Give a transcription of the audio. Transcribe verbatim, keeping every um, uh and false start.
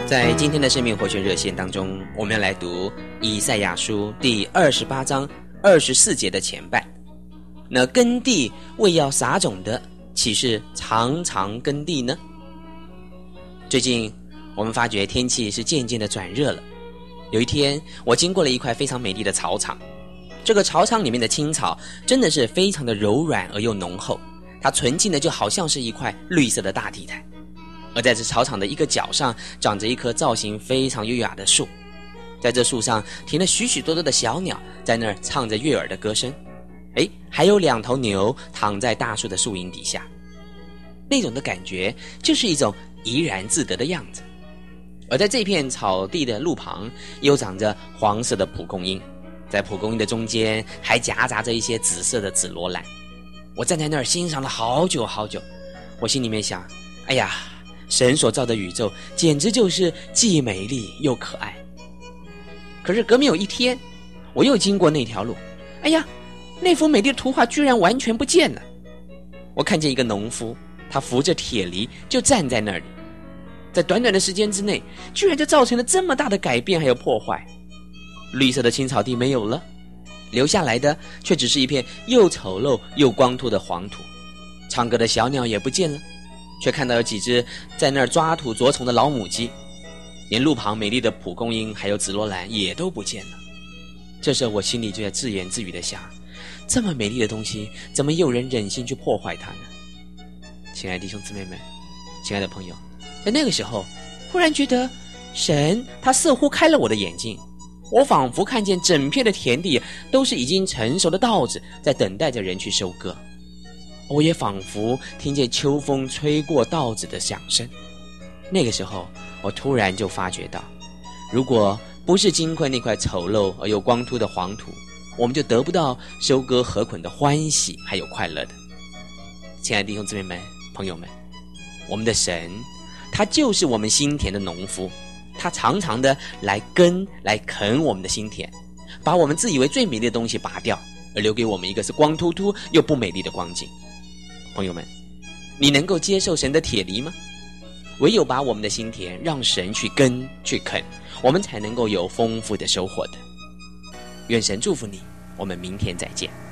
在今天的生命活泉热线当中，我们要来读以赛亚书第二十八章二十四节的前半。那耕地为要撒种的，岂是常常耕地呢？最近我们发觉天气是渐渐的转热了。有一天，我经过了一块非常美丽的草场，这个草场里面的青草真的是非常的柔软而又浓厚，它纯净的就好像是一块绿色的大地毯。而在这草场的一个角上，长着一棵造型非常优雅的树，在这树上停了许许多多的小鸟，在那儿唱着悦耳的歌声。诶，还有两头牛躺在大树的树荫底下，那种的感觉就是一种怡然自得的样子。而在这片草地的路旁，又长着黄色的蒲公英，在蒲公英的中间还夹杂着一些紫色的紫罗兰。我站在那儿欣赏了好久好久，我心里面想，哎呀，神所造的宇宙简直就是既美丽又可爱。可是隔没有一天，我又经过那条路，哎呀，那幅美丽的图画居然完全不见了。我看见一个农夫，他扶着铁犁就站在那里，在短短的时间之内，居然就造成了这么大的改变还有破坏。绿色的青草地没有了，留下来的却只是一片又丑陋又光秃的黄土。唱歌的小鸟也不见了，却看到有几只在那儿抓土啄虫的老母鸡，连路旁美丽的蒲公英还有紫罗兰也都不见了。这时候我心里就在自言自语地想，这么美丽的东西，怎么有人忍心去破坏它呢？亲爱的弟兄姊妹们，亲爱的朋友，在那个时候，忽然觉得神他似乎开了我的眼睛，我仿佛看见整片的田地都是已经成熟的稻子，在等待着人去收割。我也仿佛听见秋风吹过稻子的响声。那个时候，我突然就发觉到，如果不是经过那块丑陋而又光秃的黄土，我们就得不到收割禾捆的欢喜还有快乐的。亲爱的弟兄姊妹们、朋友们，我们的神他就是我们心田的农夫，他常常的来耕来垦我们的心田，把我们自以为最美丽的东西拔掉，而留给我们一个是光秃秃又不美丽的光景。朋友们，你能够接受神的铁犁吗？唯有把我们的心田让神去耕去垦，我们才能够有丰富的收获的。愿神祝福你，我们明天再见。